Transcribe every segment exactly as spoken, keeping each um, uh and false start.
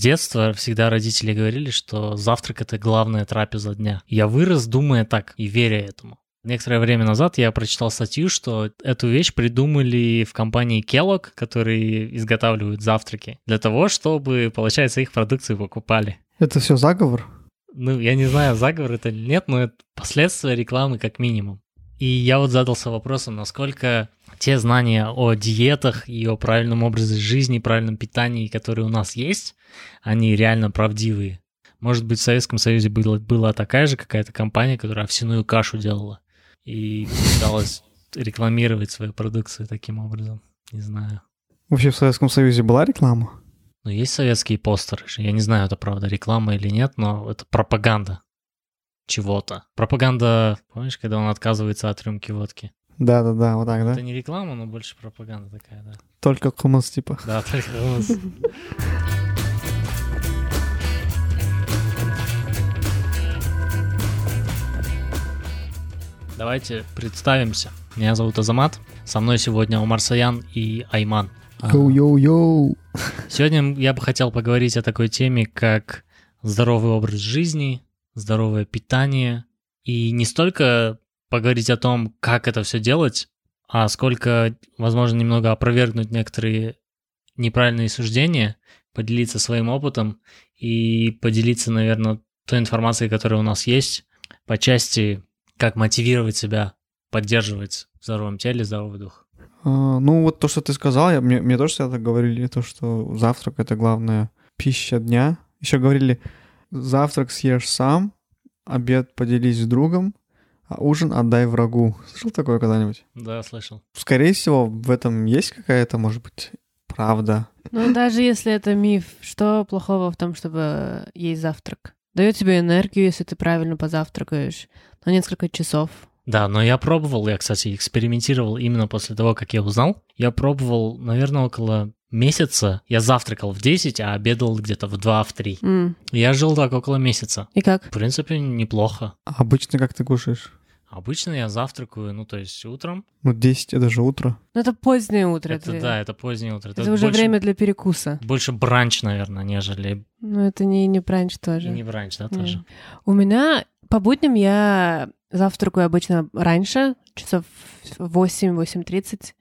детства всегда родители говорили, что завтрак — это главная трапеза дня. Я вырос, думая так и веря этому. Некоторое время назад я прочитал статью, что эту вещь придумали в компании Kellogg, которые изготавливают завтраки, для того, чтобы, получается, их продукцию покупали. Это все заговор? Ну, я не знаю, заговор это или нет, но это последствия рекламы как минимум. И я вот задался вопросом, насколько те знания о диетах и о правильном образе жизни, правильном питании, которые у нас есть, они реально правдивые. Может быть, в Советском Союзе было, была такая же какая-то компания, которая овсяную кашу делала и пыталась рекламировать свою продукцию таким образом. Не знаю. Вообще в Советском Союзе была реклама? Ну, есть советские постеры. Я не знаю, это правда реклама или нет, но это пропаганда чего-то. Пропаганда, помнишь, когда он отказывается от рюмки водки? Да-да-да, вот так, да? Это не реклама, но больше пропаганда такая, да. Только хумус, типа. Да, только хумус. Давайте представимся. Меня зовут Азамат. Со мной сегодня Омар Саян и Айман. Йоу-йоу-йоу. Сегодня я бы хотел поговорить о такой теме, как здоровый образ жизни, здоровое питание. И не столько поговорить о том, как это все делать, а сколько, возможно, немного опровергнуть некоторые неправильные суждения, поделиться своим опытом и поделиться, наверное, той информацией, которая у нас есть по части, как мотивировать себя, поддерживать в здоровом теле здоровый дух. А, ну, вот то, что ты сказал, я, мне, мне тоже всегда так говорили, то, что завтрак — это главная пища дня. Еще говорили, завтрак съешь сам, обед поделись с другом, а ужин отдай врагу. Слышал такое когда-нибудь? Да, слышал. Скорее всего, в этом есть какая-то, может быть, правда. Ну, даже если это миф, что плохого в том, чтобы есть завтрак? Дает тебе энергию, если ты правильно позавтракаешь на несколько часов. Да, но я пробовал, я, кстати, экспериментировал именно после того, как я узнал. Я пробовал, наверное, около месяца. Я завтракал в десять, а обедал где-то в два, в три. Mm. Я жил так около месяца. И как? В принципе, неплохо. А обычно как ты кушаешь? Обычно я завтракаю, ну, то есть утром. Ну, десять — это же утро. Ну, это позднее утро. Это, ты... да, это позднее утро. Это, это уже больше, время для перекуса. Больше бранч, наверное, нежели... Ну, это не, не бранч тоже. И не бранч, да, Не. тоже. У меня по будням я завтракаю обычно раньше, часов восемь-восемь тридцать.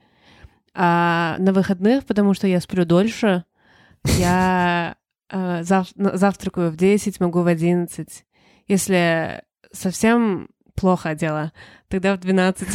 А на выходных, потому что я сплю дольше, я э, зав... завтракаю в десять, могу в одиннадцать. Если совсем плохо дело, тогда в двенадцать.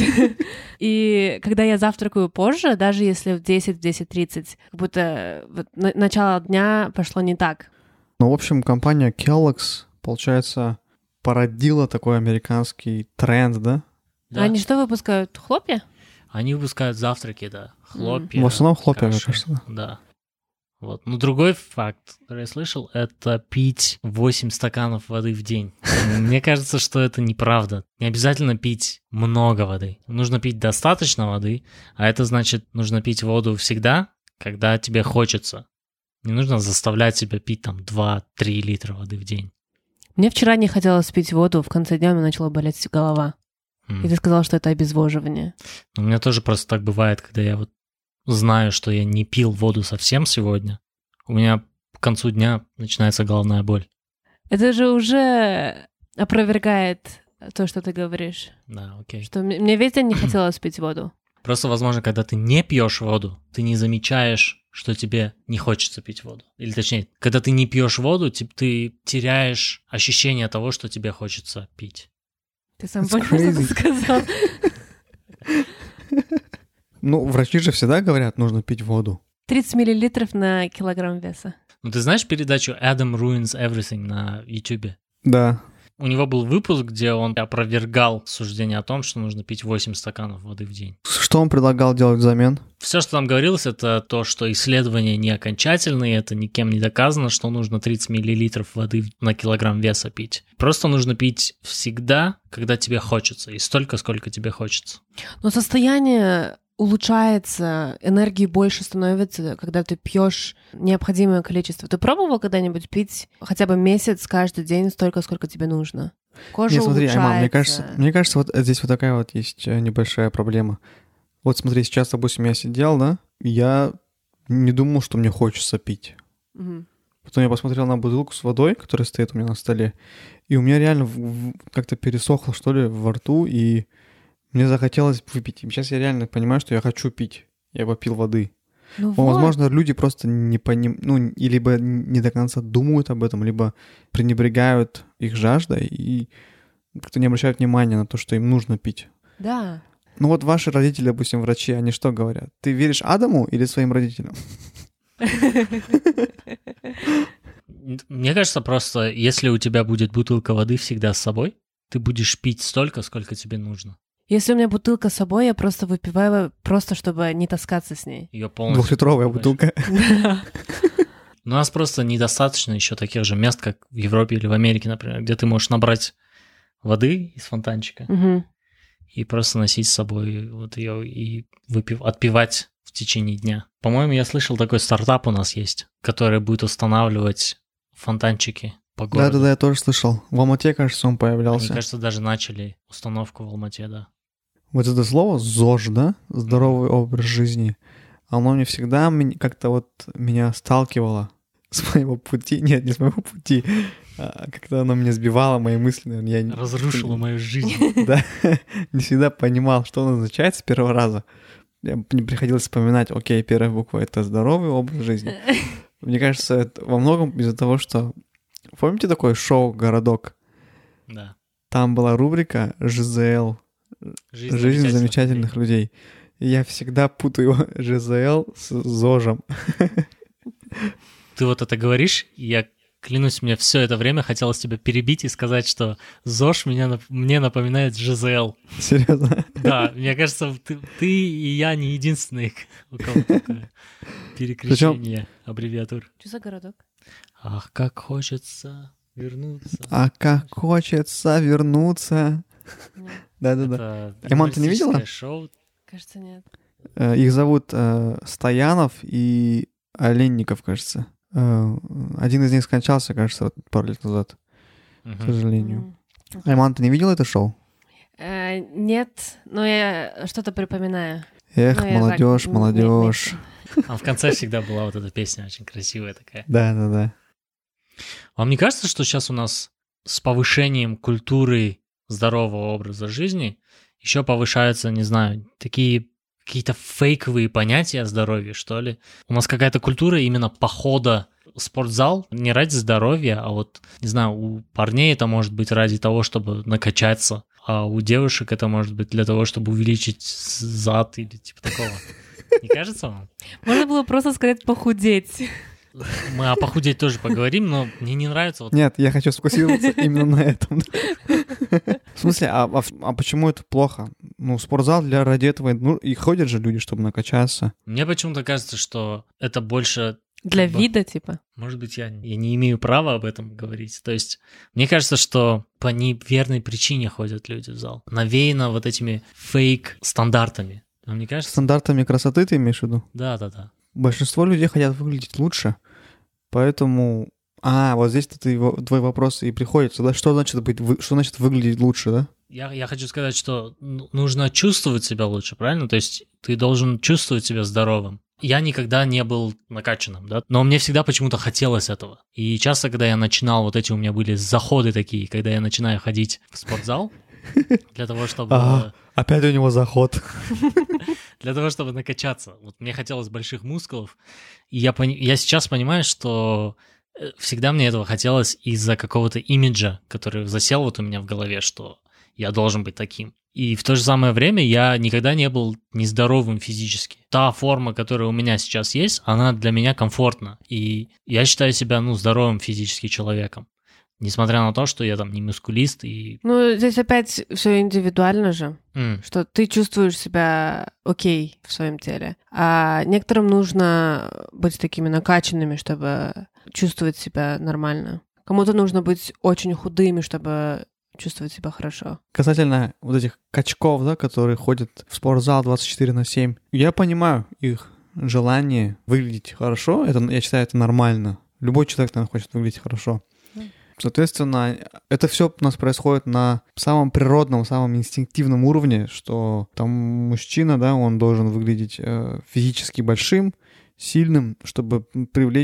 И когда я завтракаю позже, даже если в десять, в десять тридцать, как будто вот начало дня пошло не так. Ну, в общем, компания Kellogg's, получается, породила такой американский тренд, да? Да. А они что выпускают? Хлопья? Они выпускают завтраки, да. Хлопья. В основном хлопья, мне каши. кажется. Да. Вот. Ну, другой факт, который я слышал, это пить восемь стаканов воды в день. Мне кажется, что это неправда. Не обязательно пить много воды. Нужно пить достаточно воды, а это значит, нужно пить воду всегда, когда тебе хочется. Не нужно заставлять себя пить там два-три литра воды в день. Мне вчера не хотелось пить воду, в конце дня у меня начала болеть голова. Mm. И ты сказал, что это обезвоживание. У меня тоже просто так бывает, когда я вот знаю, что я не пил воду совсем сегодня, у меня к концу дня начинается головная боль. Это же уже опровергает то, что ты говоришь. Да, окей. Что мне, мне весь день не хотелось пить воду. Просто, возможно, когда ты не пьешь воду, ты не замечаешь, что тебе не хочется пить воду. Или точнее, когда ты не пьешь воду, ты, ты теряешь ощущение того, что тебе хочется пить. Ты сам It's понял, что ты crazy. сказал? Ну, врачи же всегда говорят, нужно пить воду. тридцать миллилитров на килограмм веса. Ну, ты знаешь передачу Adam Ruins Everything на YouTube? Да. У него был выпуск, где он опровергал суждение о том, что нужно пить восемь стаканов воды в день. Что он предлагал делать взамен? Все, что там говорилось, это то, что исследования не окончательные, это никем не доказано, что нужно тридцать миллилитров воды на килограмм веса пить. Просто нужно пить всегда, когда тебе хочется, и столько, сколько тебе хочется. Но состояние улучшается, энергии больше становится, когда ты пьешь необходимое количество. Ты пробовал когда-нибудь пить хотя бы месяц каждый день столько, сколько тебе нужно? Кожа Нет, смотри, улучшается. Айман, мне кажется, мне кажется, вот здесь вот такая вот есть небольшая проблема. Вот смотри, сейчас, допустим, я сидел, да, и я не думал, что мне хочется пить. Угу. Потом я посмотрел на бутылку с водой, которая стоит у меня на столе, и у меня реально в- в- как-то пересохло, что ли, во рту, и мне захотелось выпить. И сейчас я реально понимаю, что я хочу пить. Я попил воды. Ну Ну, вот. возможно, люди просто не поним... ну, и либо не до конца думают об этом, либо пренебрегают их жаждой и как-то не обращают внимания на то, что им нужно пить. Да. Ну вот ваши родители, допустим, врачи, они что говорят? Ты веришь Адаму или своим родителям? Мне кажется, просто если у тебя будет бутылка воды всегда с собой, ты будешь пить столько, сколько тебе нужно. Если у меня бутылка с собой, я просто выпиваю, просто чтобы не таскаться с ней. Ее полностью... Двухлитровая выпиваешь. бутылка. У нас просто недостаточно еще таких же мест, как в Европе или в Америке, например, где ты можешь набрать воды из фонтанчика Мгм. и просто носить с собой вот ее и выпив... отпивать в течение дня. По-моему, я слышал, такой стартап у нас есть, который будет устанавливать фонтанчики по городу. Да-да-да, я тоже слышал. В Алмате, кажется, он Они, появлялся. кажется, даже начали установку в Алмате, да. Вот это слово ЗОЖ, да? Здоровый образ жизни. Оно не всегда меня- как-то вот меня сталкивало с моего пути. Нет, не с моего пути. А как-то оно меня сбивало, мои мысли. наверное, Я не- Разрушила мою жизнь. Да, не всегда понимал, что оно означает с первого раза. Я- Мне приходилось вспоминать, окей, первая буква — это здоровый образ жизни. Мне кажется, это во многом из-за того, что... Помните такое шоу «Городок»? Да. Там была рубрика «ЖЗЛ», «Жизнь замечательных людей». И я всегда путаю ЖЗЛ с ЗОЖем. Ты вот это говоришь, и я клянусь, мне все это время хотелось тебя перебить и сказать, что ЗОЖ меня, нап- мне напоминает ЖЗЛ. Серьезно? Да, мне кажется, ты, ты и я не единственные, у кого такое перекрещение аббревиатур. Что за городок? Ах, как хочется вернуться. А как хочется вернуться. Нет, Да-да-да. Это Эман, ты не видела? юмористическое шоу. кажется, нет. Э, Их зовут э, Стоянов и Оленников, кажется. Э, Один из них скончался, кажется, вот пару лет назад, к Мгм. сожалению. М. Айман, ты не видел это шоу? Э, Нет, но я что-то припоминаю. Эх, Ну, я так, молодежь, м, молодежь. А в конце всегда была вот эта песня очень красивая такая. Да-да-да. Вам не кажется, что сейчас у нас с повышением культуры здорового образа жизни еще повышаются, не знаю, такие какие-то фейковые понятия о здоровье, что ли? У нас какая-то культура именно похода в спортзал не ради здоровья, а вот, не знаю, у парней это может быть ради того, чтобы накачаться, а у девушек это может быть для того, чтобы увеличить с- зад или типа такого. Не кажется вам? Можно было просто сказать похудеть. Мы о похудеть тоже поговорим, но мне не нравится вот Нет, я хочу сфокусироваться именно на этом. В смысле, а, а, а почему это плохо? Ну, спортзал для ради этого, ну, и ходят же люди, чтобы накачаться. Мне почему-то кажется, что это больше, Для Как бы. вида, типа. может быть, я, я не имею права об этом говорить. То есть мне кажется, что по неверной причине ходят люди в зал. Навеяно вот этими фейк-стандартами. Вам не кажется? Стандартами красоты ты имеешь в виду? Да-да-да. Большинство людей хотят выглядеть лучше, поэтому... А, вот здесь-то ты, во- твой вопрос и приходит сюда. Что значит быть, вы- что значит выглядеть лучше, да? Я, я хочу сказать, что ну, нужно чувствовать себя лучше, правильно? То есть ты должен чувствовать себя здоровым. Я никогда не был накачанным, да, но мне всегда почему-то хотелось этого. И часто, когда я начинал, вот эти у меня были заходы такие, когда я начинаю ходить в спортзал для того, чтобы... Ага. Опять у него заход. Для того, чтобы накачаться. Вот мне хотелось больших мускулов. И я, пони- я сейчас понимаю, что э, всегда мне этого хотелось из-за какого-то имиджа, который засел вот у меня в голове, что я должен быть таким. И в то же самое время я никогда не был нездоровым физически. Та форма, которая у меня сейчас есть, она для меня комфортна. И я считаю себя, ну, здоровым физически человеком. Несмотря на то, что я там не мускулист и... Ну, здесь опять все индивидуально же, М, что ты чувствуешь себя окей в своем теле. А некоторым нужно быть такими накачанными, чтобы чувствовать себя нормально. Кому-то нужно быть очень худыми, чтобы чувствовать себя хорошо. Касательно вот этих качков, да, которые ходят в спортзал двадцать четыре на семь, я понимаю их желание выглядеть хорошо. Это, я считаю, это нормально. Любой человек, наверное, хочет выглядеть хорошо. Соответственно, это все у нас происходит на самом природном, самом инстинктивном уровне, что там мужчина, да, он должен выглядеть э, физически большим, сильным, чтобы привлечь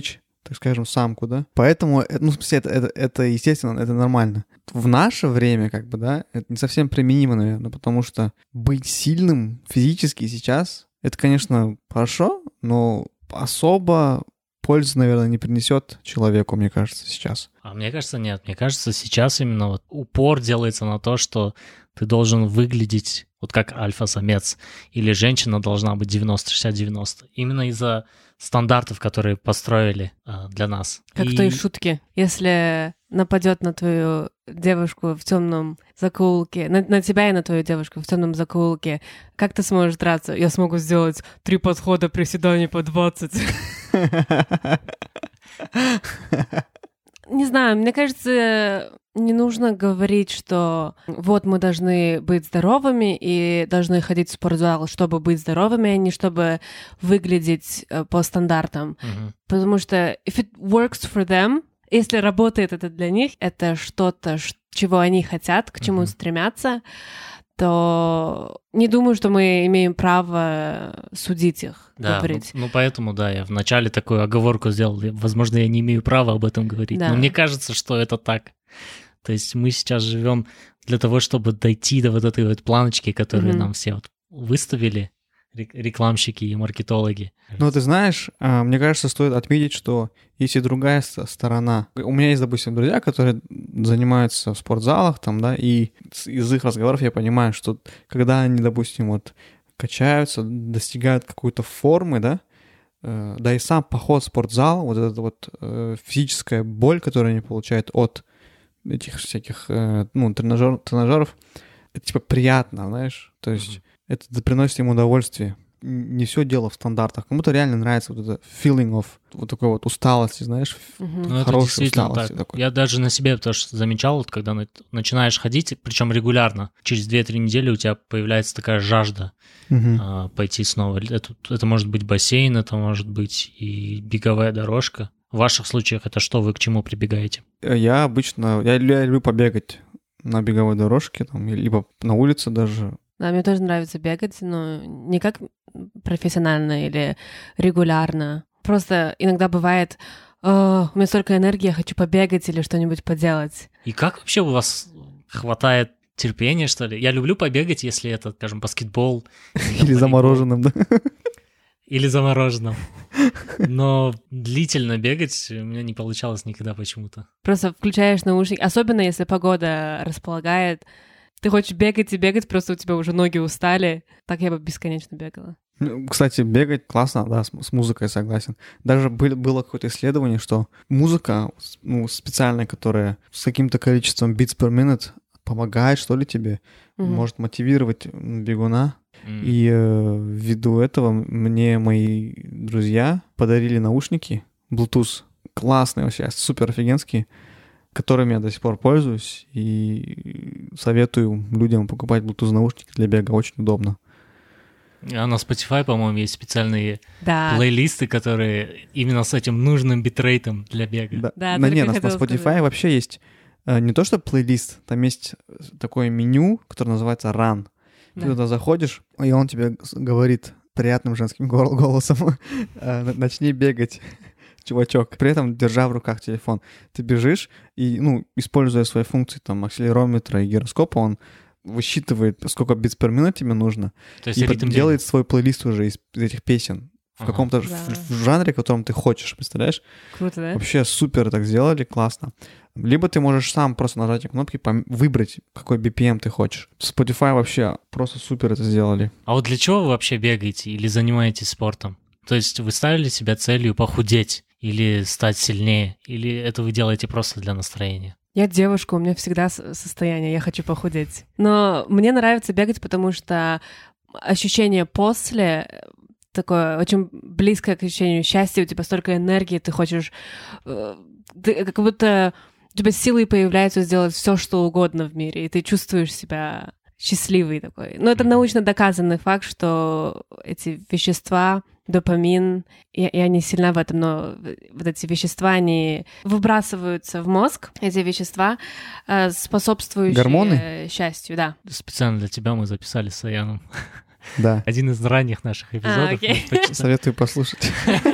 так скажем, самку, да. Поэтому, э, ну, в смысле, это, это, это естественно, это нормально. В наше время, как бы, да, это не совсем применимо, наверное, потому что быть сильным физически сейчас, это, конечно, хорошо, но особо пользы, наверное, не принесет человеку, мне кажется, сейчас. А мне кажется, нет. Мне кажется, сейчас именно вот упор делается на то, что ты должен выглядеть вот как альфа-самец, или женщина должна быть девяносто шестьдесят девяносто. Именно из-за стандартов, которые построили а, для нас. Как и... в той шутке. Если нападет на твою девушку в темном закоулке, на, на тебя и на твою девушку в темном закоулке, как ты сможешь драться? Я смогу сделать три подхода приседаний по двадцать. Не знаю, мне кажется, не нужно говорить, что вот мы должны быть здоровыми и должны ходить в спортзал, чтобы быть здоровыми, а не чтобы выглядеть по стандартам. Mm-hmm. Потому что if it works for them, если работает это для них, это что-то, чего они хотят, к чему mm-hmm. стремятся, то не думаю, что мы имеем право судить их, да, говорить. Ну, ну, поэтому, да, я вначале такую оговорку сделал. Возможно, я не имею права об этом говорить. Да. Но мне кажется, что это так. То есть мы сейчас живем для того, чтобы дойти до вот этой вот планочки, которую mm-hmm. нам все вот выставили, рекламщики и маркетологи. Ну, ты знаешь, мне кажется, стоит отметить, что есть и другая сторона. У меня есть, допустим, друзья, которые занимаются в спортзалах, там, да, и из их разговоров я понимаю, что когда они, допустим, вот качаются, достигают какой-то формы, да, да и сам поход в спортзал, вот эта вот физическая боль, которую они получают от этих всяких, ну, тренажер, тренажеров, это типа приятно, знаешь, то есть mm-hmm. это приносит им удовольствие. Не все дело в стандартах. Кому-то реально нравится вот это feeling of вот такой вот усталости, знаешь, mm-hmm. ну, хорошей усталости. Такой. Я даже на себе тоже замечал, вот, когда начинаешь ходить, причем регулярно, через две-три недели у тебя появляется такая жажда mm-hmm. а, пойти снова. Это, это может быть бассейн, это может быть и беговая дорожка. В ваших случаях это что, вы к чему прибегаете? Я обычно, я, я люблю побегать на беговой дорожке, там, либо на улице даже. Да, мне тоже нравится бегать, но не как профессионально или регулярно. Просто иногда бывает, о, у меня столько энергии, я хочу побегать или что-нибудь поделать. И как вообще у вас хватает терпения, что ли? Я люблю побегать, если это, скажем, баскетбол. Или за мороженым, да? Или за мороженым. Но длительно бегать у меня не получалось никогда почему-то. Просто включаешь наушники, особенно если погода располагает. Ты хочешь бегать и бегать, просто у тебя уже ноги устали. Так я бы бесконечно бегала. Кстати, бегать классно, да, с, с музыкой согласен. Даже был, было какое-то исследование, что музыка, ну, специальная, которая с каким-то количеством beats per minute помогает, что ли, тебе, mm-hmm. может мотивировать бегуна. Mm. И э, ввиду этого мне мои друзья подарили наушники Bluetooth, классные вообще, супер офигенские, которыми я до сих пор пользуюсь, и советую людям покупать Bluetooth наушники для бега, очень удобно. А на Spotify, по-моему, есть специальные да. плейлисты, которые именно с этим нужным битрейтом для бега. Да, да да нет, на Spotify сказать. Вообще есть э, не то что плейлист, там есть такое меню, которое называется Run. Ты да. туда заходишь, и он тебе говорит приятным женским голосом: начни бегать, чувачок. При этом держа в руках телефон. Ты бежишь, и, ну, используя свои функции, там, акселерометра и гироскопа, он высчитывает, сколько битс per minute тебе нужно, то есть и ритм делает день. Свой плейлист уже из, из этих песен. В ага. каком-то да. в, в жанре, в котором ты хочешь, представляешь? Круто, да? Вообще супер так сделали, классно. Либо ты можешь сам просто нажать кнопки, выбрать, какой би пи эм ты хочешь. Spotify вообще просто супер это сделали. А вот для чего вы вообще бегаете или занимаетесь спортом? То есть вы ставили себе целью похудеть или стать сильнее? Или это вы делаете просто для настроения? Я девушка, у меня всегда состояние, я хочу похудеть. Но мне нравится бегать, потому что ощущение после... такое очень близкое к ощущению счастья, у тебя столько энергии, ты хочешь... Ты, как будто у тебя силы появляются сделать все, что угодно в мире, и ты чувствуешь себя счастливый такой. Но это научно доказанный факт, что эти вещества, допамин, я, я не сильна в этом, но вот эти вещества, они выбрасываются в мозг, эти вещества, способствующие гормоны? Счастью, да. Специально для тебя мы записали с Аяном Да. Один из ранних наших эпизодов. А, окей. Советую послушать.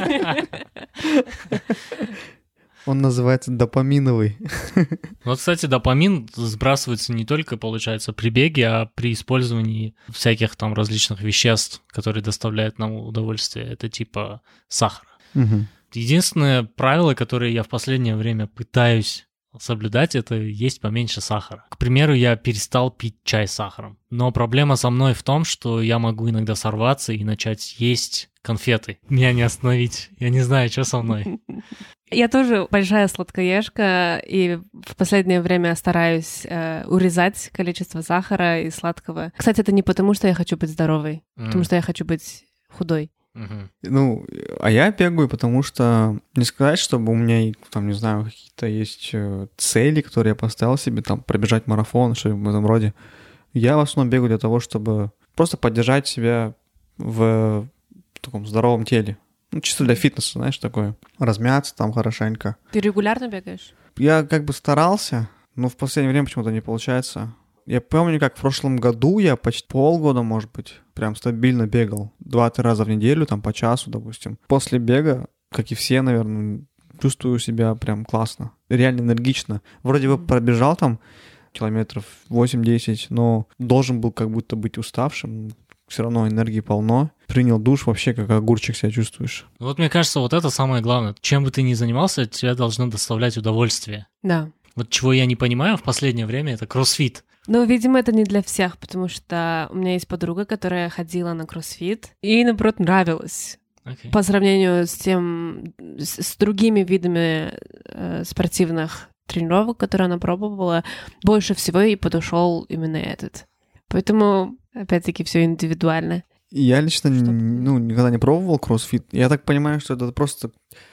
Он называется допаминовый. Вот, кстати, допамин сбрасывается не только, получается, при беге, а при использовании всяких там различных веществ, которые доставляют нам удовольствие. Это типа сахара. Угу. Единственное правило, которое я в последнее время пытаюсь соблюдать, это есть поменьше сахара. К примеру, я перестал пить чай с сахаром. Но проблема со мной в том, что я могу иногда сорваться и начать есть конфеты. Меня не остановить. Я не знаю, что со мной. Я тоже большая сладкоежка, и в последнее время стараюсь э, урезать количество сахара и сладкого. Кстати, это не потому, что я хочу быть здоровой, mm. потому что я хочу быть худой. Mm-hmm. Ну, а я бегаю, потому что не сказать, чтобы у меня, там, не знаю, какие-то есть цели, которые я поставил себе, там, пробежать марафон, что-нибудь в этом роде. Я в основном бегаю для того, чтобы просто поддержать себя в таком здоровом теле. Ну, чисто для фитнеса, знаешь, такое. Размяться там хорошенько. Ты регулярно бегаешь? Я как бы старался, но в последнее время почему-то не получается. Я помню, как в прошлом году я почти полгода, может быть, прям стабильно бегал. Два-три раза в неделю, там по часу, допустим. После бега, как и все, наверное, чувствую себя прям классно. Реально энергично. Вроде бы пробежал там километров восемь-десять, но должен был как будто быть уставшим. Все равно энергии полно. Принял душ, вообще как огурчик себя чувствуешь. Вот мне кажется, вот это самое главное. Чем бы ты ни занимался, тебе должно доставлять удовольствие. Да. Вот чего я не понимаю в последнее время, это кроссфит. Ну, видимо, это не для всех, потому что у меня есть подруга, которая ходила на кроссфит, и ей, наоборот, нравилось. Okay. По сравнению с тем, с, с другими видами э, спортивных тренировок, которые она пробовала, больше всего ей подошел именно этот. Поэтому, опять-таки, все индивидуально. Я лично ну, никогда не пробовал кроссфит. Я так понимаю, что это просто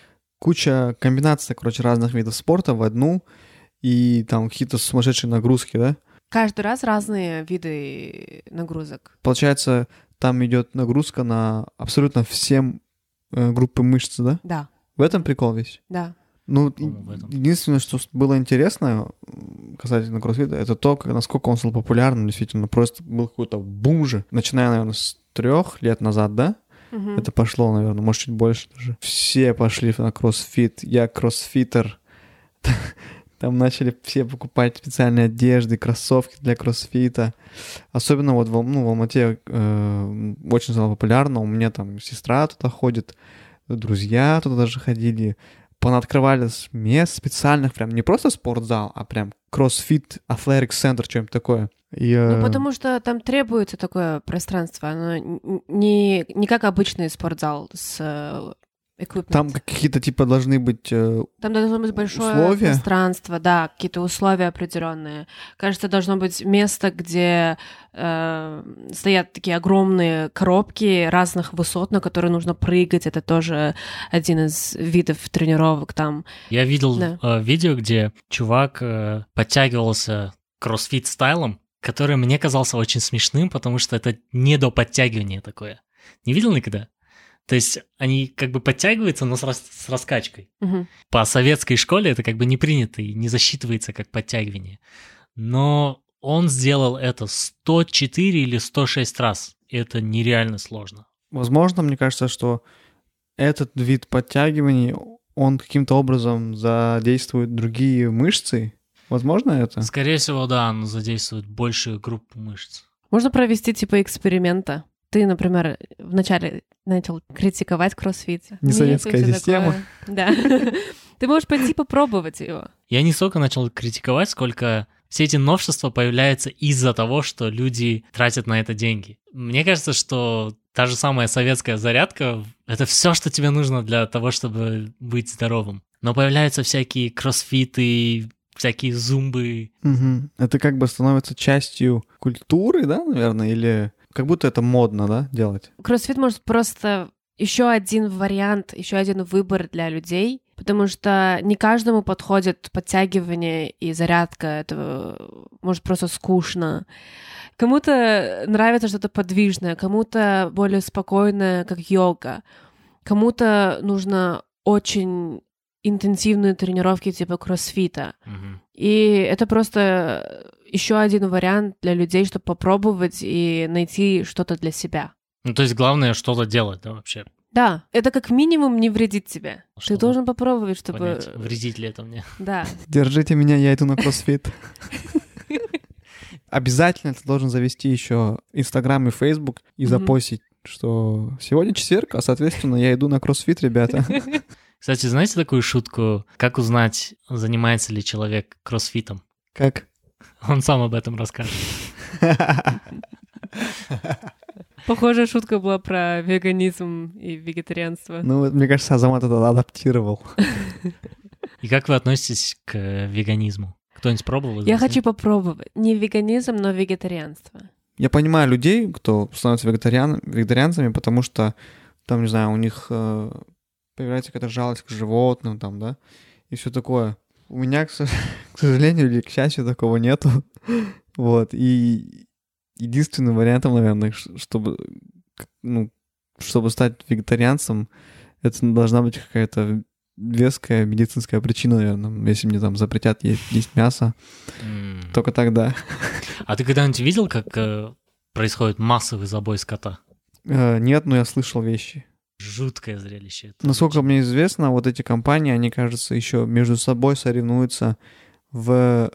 куча комбинаций, короче, разных видов спорта в одну, и там какие-то сумасшедшие нагрузки, да? Каждый раз разные виды нагрузок. Получается, там идет нагрузка на абсолютно все э, группы мышц, да? Да. В этом прикол весь? Да. Ну, единственное, что было интересно касательно кроссфита, это то, как, насколько он стал популярным, действительно. Просто был какой-то бум же. Начиная, наверное, с трех лет назад, да? Угу. Это пошло, наверное, может, чуть больше даже. Все пошли на кроссфит. Я кроссфитер. Там начали все покупать специальные одежды, кроссовки для кроссфита. Особенно вот в, ну, в Алмате э, очень стало популярно. У меня там сестра туда ходит, друзья туда даже ходили. Понаоткрывали мест специальных, прям не просто спортзал, а прям кроссфит, аthletic центр, что-нибудь такое. И, э... Ну, потому что там требуется такое пространство. Оно не, не как обычный спортзал с equipment. Там какие-то типа должны быть э, Там должно быть большое условия. пространство, да, какие-то условия определенные. Кажется, должно быть место, где э, стоят такие огромные коробки разных высот, на которые нужно прыгать. Это тоже один из видов тренировок там. Я видел да. э, видео, где чувак э, подтягивался кроссфит-стайлом, который мне казался очень смешным, потому что это недоподтягивание такое. Не видел никогда? То есть они как бы подтягиваются, но с, рас... с раскачкой. Угу. По советской школе это как бы не принято и не засчитывается как подтягивание. Но он сделал это сто четыре или сто шесть раз. И это нереально сложно. Возможно, мне кажется, что этот вид подтягиваний, он каким-то образом задействует другие мышцы. Возможно это? Скорее всего, да, он задействует большую группу мышц. Можно провести типа эксперимента. Ты, например, вначале начал критиковать кроссфит. Не советская система. Да. Ты можешь пойти попробовать его. Я не столько начал критиковать, сколько все эти новшества появляются из-за того, что люди тратят на это деньги. Мне кажется, что та же самая советская зарядка — это все, что тебе нужно для того, чтобы быть здоровым. Но появляются всякие кроссфиты, всякие зумбы. Угу. Это как бы становится частью культуры, да, наверное, или... Как будто это модно, да, делать? Кроссфит может просто еще один вариант, еще один выбор для людей, потому что не каждому подходит подтягивание и зарядка. Это может просто скучно. Кому-то нравится что-то подвижное, кому-то более спокойное, как йога. Кому-то нужно очень интенсивные тренировки типа кроссфита. Угу. И это просто еще один вариант для людей, чтобы попробовать и найти что-то для себя. Ну, то есть главное что-то делать, да, вообще? Да, это как минимум не вредит тебе. Чтобы Ты должен попробовать, чтобы... понять, вредит ли это мне. Да. Держите меня, я иду на кроссфит. Обязательно ты должен завести еще Инстаграм и Фейсбук и Мгм. запостить, что сегодня четверг, а, соответственно, я иду на кроссфит, ребята. Кстати, знаете такую шутку? Как узнать, занимается ли человек кроссфитом? Как? Он сам об этом расскажет. Похожая шутка была про веганизм и вегетарианство. Ну, вот, мне кажется, Азамат это адаптировал. И как вы относитесь к э, веганизму? Кто-нибудь пробовал? из Я вас, хочу нет? попробовать. Не веганизм, но вегетарианство. Я понимаю людей, кто становится вегетариан, вегетарианцами, потому что там, не знаю, у них э, появляется какая-то жалость к животным, там, да, и все такое. У меня, к, со- к сожалению или к счастью, такого нету. Вот, и единственным вариантом, наверное, ш- чтобы, к- ну, чтобы стать вегетарианцем, это должна быть какая-то веская медицинская причина, наверное. Если мне там запретят есть, есть мясо, М. только тогда. А ты когда-нибудь видел, как э, происходит массовый забой скота? Э, Нет, но я слышал вещи. Жуткое зрелище. это Насколько очень. мне известно, вот эти компании, они, кажется, еще между собой соревнуются в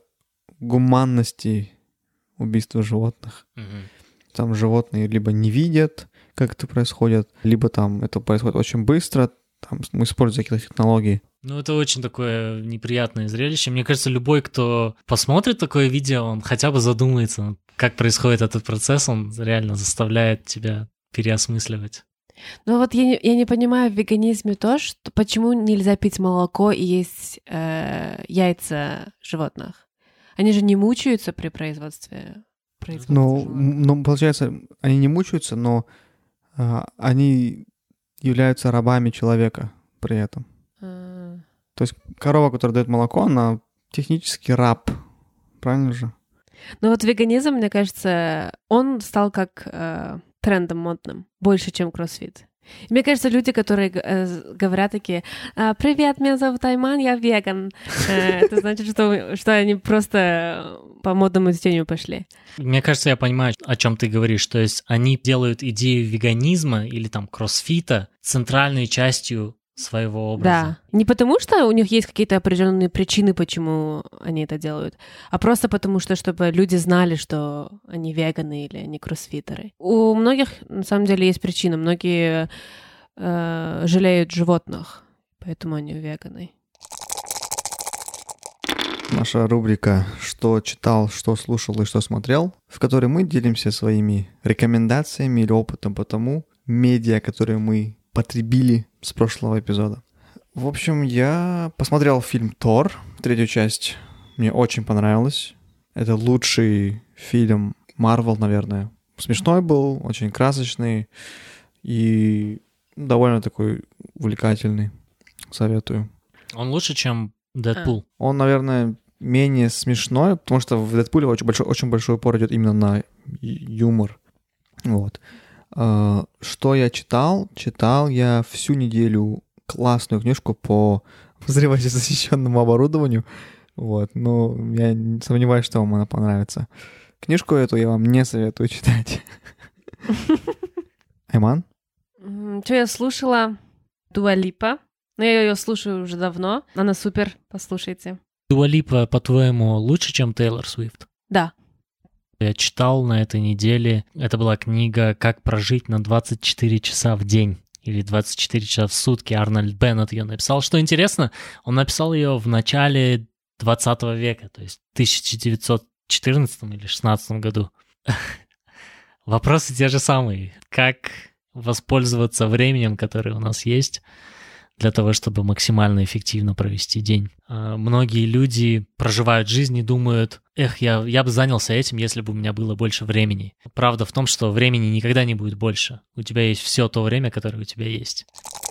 гуманности убийства животных. Мгм. Там животные либо не видят, как это происходит, либо там это происходит очень быстро, там мы используем какие-то технологии. Ну, это очень такое неприятное зрелище. Мне кажется, любой, кто посмотрит такое видео, он хотя бы задумается, как происходит этот процесс, он реально заставляет тебя переосмысливать. Но вот я не, я не понимаю в веганизме то, что почему нельзя пить молоко и есть э, яйца животных. Они же не мучаются при производстве. производстве Ну, молока. м, ну, получается, они не мучаются, но а, они являются рабами человека при этом. А, То есть корова, которая дает молоко, она технически раб. Правильно же? Ну вот веганизм, мне кажется, он стал как э, трендом модным, больше, чем кроссфит. И мне кажется, люди, которые г- э, з- говорят такие: «А, «Привет, меня зовут Айман, я веган», э, это значит, что, что они просто по модному течению пошли. Мне кажется, я понимаю, о чем ты говоришь. То есть они делают идею веганизма или там кроссфита центральной частью своего образа. Да. Не потому, что у них есть какие-то определенные причины, почему они это делают, а просто потому, что чтобы люди знали, что они веганы или они кроссфитеры. У многих, на самом деле, есть причина. Многие э, жалеют животных, поэтому они веганы. Наша рубрика «Что читал, что слушал и что смотрел», в которой мы делимся своими рекомендациями или опытом по тому медиа, которые мы потребили с прошлого эпизода. В общем, я посмотрел фильм «Тор», третью часть. Мне очень понравилось. Это лучший фильм Marvel, наверное. Смешной был, очень красочный и довольно такой увлекательный. Советую. Он лучше, чем Дэдпул. Он, наверное, менее смешной, потому что в Дэдпуле очень большой, очень большой упор идет именно на ю- юмор. Вот. А, Что я читал? Читал я всю неделю классную книжку по взрывозащищенному оборудованию. Вот. Но я не сомневаюсь, что вам она понравится. Книжку эту я вам не советую читать. Айман? Что я слушала? Дуа Липа. Но я ее слушаю уже давно. Она супер, послушайте. Дуа Липа, по-твоему, лучше, чем Тейлор Свифт? Да. Я читал на этой неделе, это была книга «Как прожить на двадцать четыре часа в день» или двадцать четыре часа в сутки. Арнольд Беннет ее написал. Что интересно, он написал ее в начале двадцатого века, то есть в тысяча девятьсот четырнадцатом или шестнадцатом году. Вопросы те же самые. Как воспользоваться временем, которое у нас есть, для того, чтобы максимально эффективно провести день. А, Многие люди проживают жизнь и думают: эх, я, я бы занялся этим, если бы у меня было больше времени. Правда в том, что времени никогда не будет больше. У тебя есть все то время, которое у тебя есть.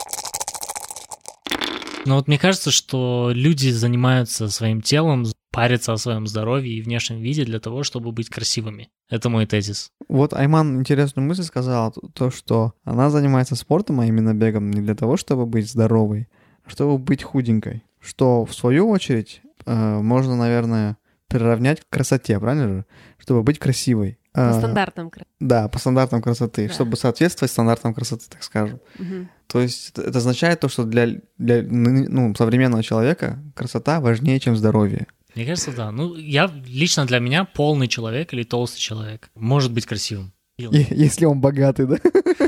Но вот мне кажется, что люди занимаются своим телом, парятся о своем здоровье и внешнем виде для того, чтобы быть красивыми. Это мой тезис. Вот Айман интересную мысль сказала, то, что она занимается спортом, а именно бегом, не для того, чтобы быть здоровой, а чтобы быть худенькой. Что, в свою очередь, э, можно, наверное, приравнять к красоте, правильно же? Чтобы быть красивой. По А, стандартам красоты. Да, по стандартам красоты, Да. чтобы соответствовать стандартам красоты, так скажем. Мгм. То есть это, это означает то, что для, для ны- ну, современного человека красота важнее, чем здоровье. Мне кажется, да. Ну, я лично для меня полный человек или толстый человек может быть красивым. И- если он богатый, да?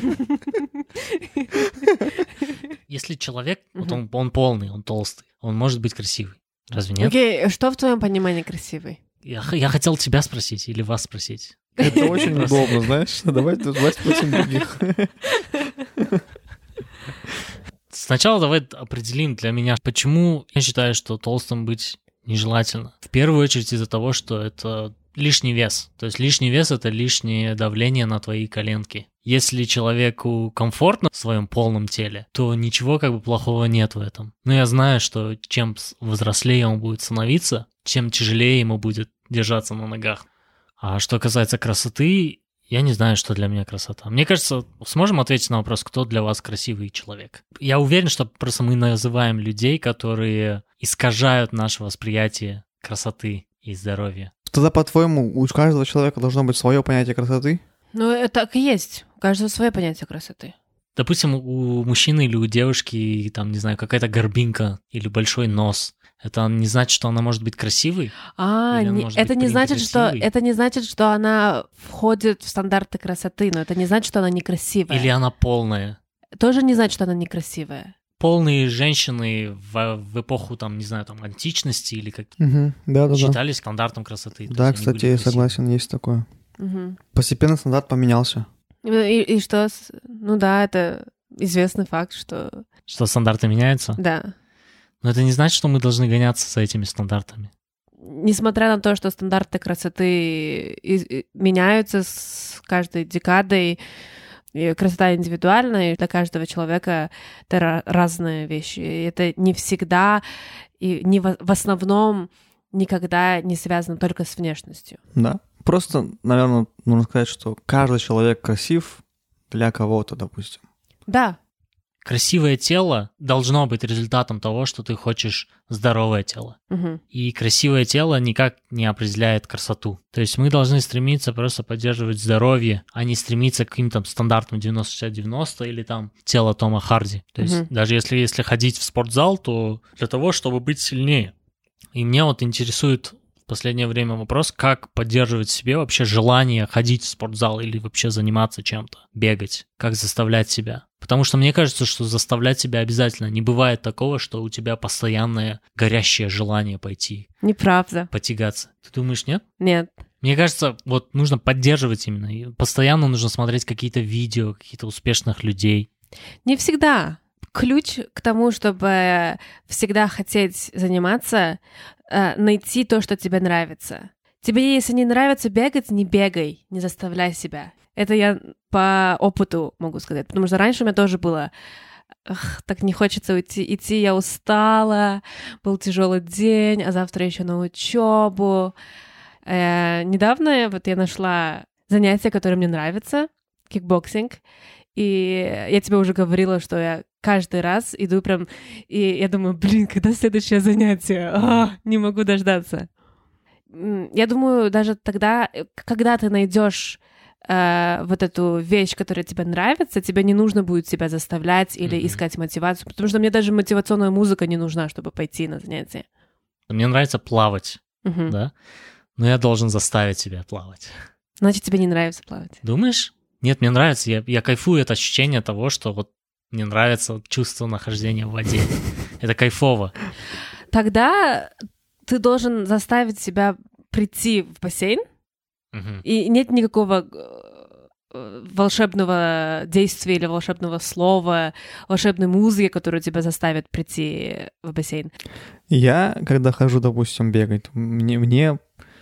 Если человек, вот Мгм. он, он полный, он толстый, он может быть красивый. Разве нет? Окей, что в твоем понимании красивый? Я, х- я хотел тебя спросить или вас спросить. Это очень Просто. удобно, знаешь? Давай, давай спросим других. Сначала давай определим для меня, почему я считаю, что толстым быть нежелательно. В первую очередь из-за того, что это лишний вес. То есть лишний вес — это лишнее давление на твои коленки. Если человеку комфортно в своем полном теле, то ничего как бы плохого нет в этом. Но я знаю, что чем с- взрослее он будет становиться, чем тяжелее ему будет держаться на ногах. А что касается красоты, я не знаю, что для меня красота. Мне кажется, сможем ответить на вопрос, кто для вас красивый человек? Я уверен, что просто мы называем людей, которые искажают наше восприятие красоты и здоровья. Тогда, по-твоему, у каждого человека должно быть свое понятие красоты? Ну, это так и есть. У каждого свое понятие красоты. Допустим, у мужчины или у девушки, там, не знаю, какая-то горбинка или большой нос. Это не значит, что она может быть красивой? А, Или он не- может это быть не значит, что красивый? это не значит, что она входит в стандарты красоты, но это не значит, что она некрасивая. Или она полная? Тоже не значит, что она некрасивая. Полные женщины в, в эпоху, там, не знаю, там, античности или как Угу. Да-да-да. считались стандартом красоты. То Да, есть они кстати, были я красивы. согласен, есть такое. Мгм. Постепенно стандарт поменялся. И, и что? с- Ну да, это известный факт, что Что стандарты меняются? да. Но это не значит, что мы должны гоняться за этими стандартами. Несмотря на то, что стандарты красоты из- и- меняются с каждой декадой, и красота индивидуальна, и для каждого человека это ра- разные вещи. И это не всегда и не в, в основном никогда не связано только с внешностью. Да. Просто, наверное, нужно сказать, что каждый человек красив для кого-то, допустим. Да, Красивое тело должно быть результатом того, что ты хочешь здоровое тело. мгм. И красивое тело никак не определяет красоту. То есть мы должны стремиться просто поддерживать здоровье, а не стремиться к каким-то стандартам девяносто шестьдесят девяносто или там тело Тома Харди. То есть Мгм. даже если, если ходить в спортзал, то для того, чтобы быть сильнее. И мне вот интересует в последнее время вопрос, как поддерживать в себе вообще желание ходить в спортзал или вообще заниматься чем-то, бегать, как заставлять себя. Потому что мне кажется, что заставлять себя обязательно. Не бывает такого, что у тебя постоянное горящее желание пойти, Неправда. потягаться. Ты думаешь, нет? Нет. Мне кажется, вот нужно поддерживать именно. И постоянно нужно смотреть какие-то видео, каких-то успешных людей. Не всегда. Ключ к тому, чтобы всегда хотеть заниматься, э, найти то, что тебе нравится. Тебе, если не нравится бегать, не бегай, не заставляй себя. Это я по опыту могу сказать, потому что раньше у меня тоже было, ах, так не хочется уйти, идти, я устала, был тяжелый день, а завтра еще на учебу. Э, недавно вот я нашла занятие, которое мне нравится, кикбоксинг, и я тебе уже говорила, что я каждый раз иду прям, и я думаю, блин, когда следующее занятие? А, не могу дождаться. М, Я думаю, даже тогда, э, когда ты найдешь э, вот эту вещь, которая тебе нравится, тебе не нужно будет себя заставлять или Мгм. искать мотивацию, потому что мне даже мотивационная музыка не нужна, чтобы пойти на занятие. Мне нравится плавать, Мгм. да? Но я должен заставить себя плавать. Значит, тебе не нравится плавать. Думаешь? Нет, мне нравится. Я, я кайфую от ощущения того, что вот мне нравится вот чувство нахождения в воде. Это кайфово. Тогда ты должен заставить себя прийти в бассейн, Мгм. и нет никакого э, волшебного действия или волшебного слова, волшебной музыки, которая тебя заставит прийти в бассейн. Я, когда хожу, допустим, бегать, мне, мне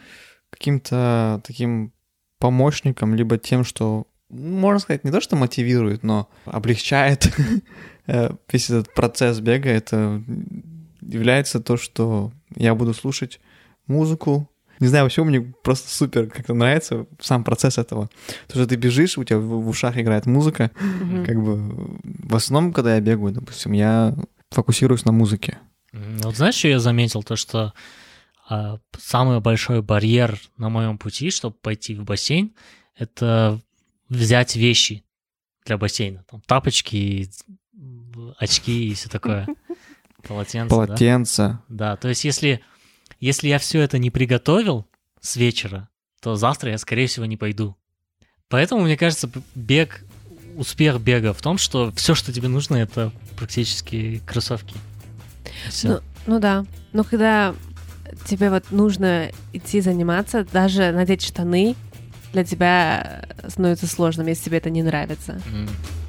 каким-то таким помощником, либо тем, что, можно сказать, не то, что мотивирует, но облегчает э, весь этот процесс бега, это является то, что я буду слушать музыку. Не знаю, вообще мне просто супер как-то нравится сам процесс этого. То, что ты бежишь, у тебя в в ушах играет музыка. Мгм. Как бы в основном, когда я бегаю, допустим, я фокусируюсь на музыке. М, Вот знаешь, что я заметил? То, что А самый большой барьер на моем пути, чтобы пойти в бассейн, это взять вещи для бассейна. Там тапочки, очки и все такое. Полотенце, Полотенце. Да? Да, то есть если, если я все это не приготовил с вечера, то завтра я, скорее всего, не пойду. Поэтому, мне кажется, бег, успех бега в том, что все, что тебе нужно, это практически кроссовки. Ну, ну да. Но когда тебе вот нужно идти заниматься, даже надеть штаны для тебя становится сложным, если тебе это не нравится. Mm.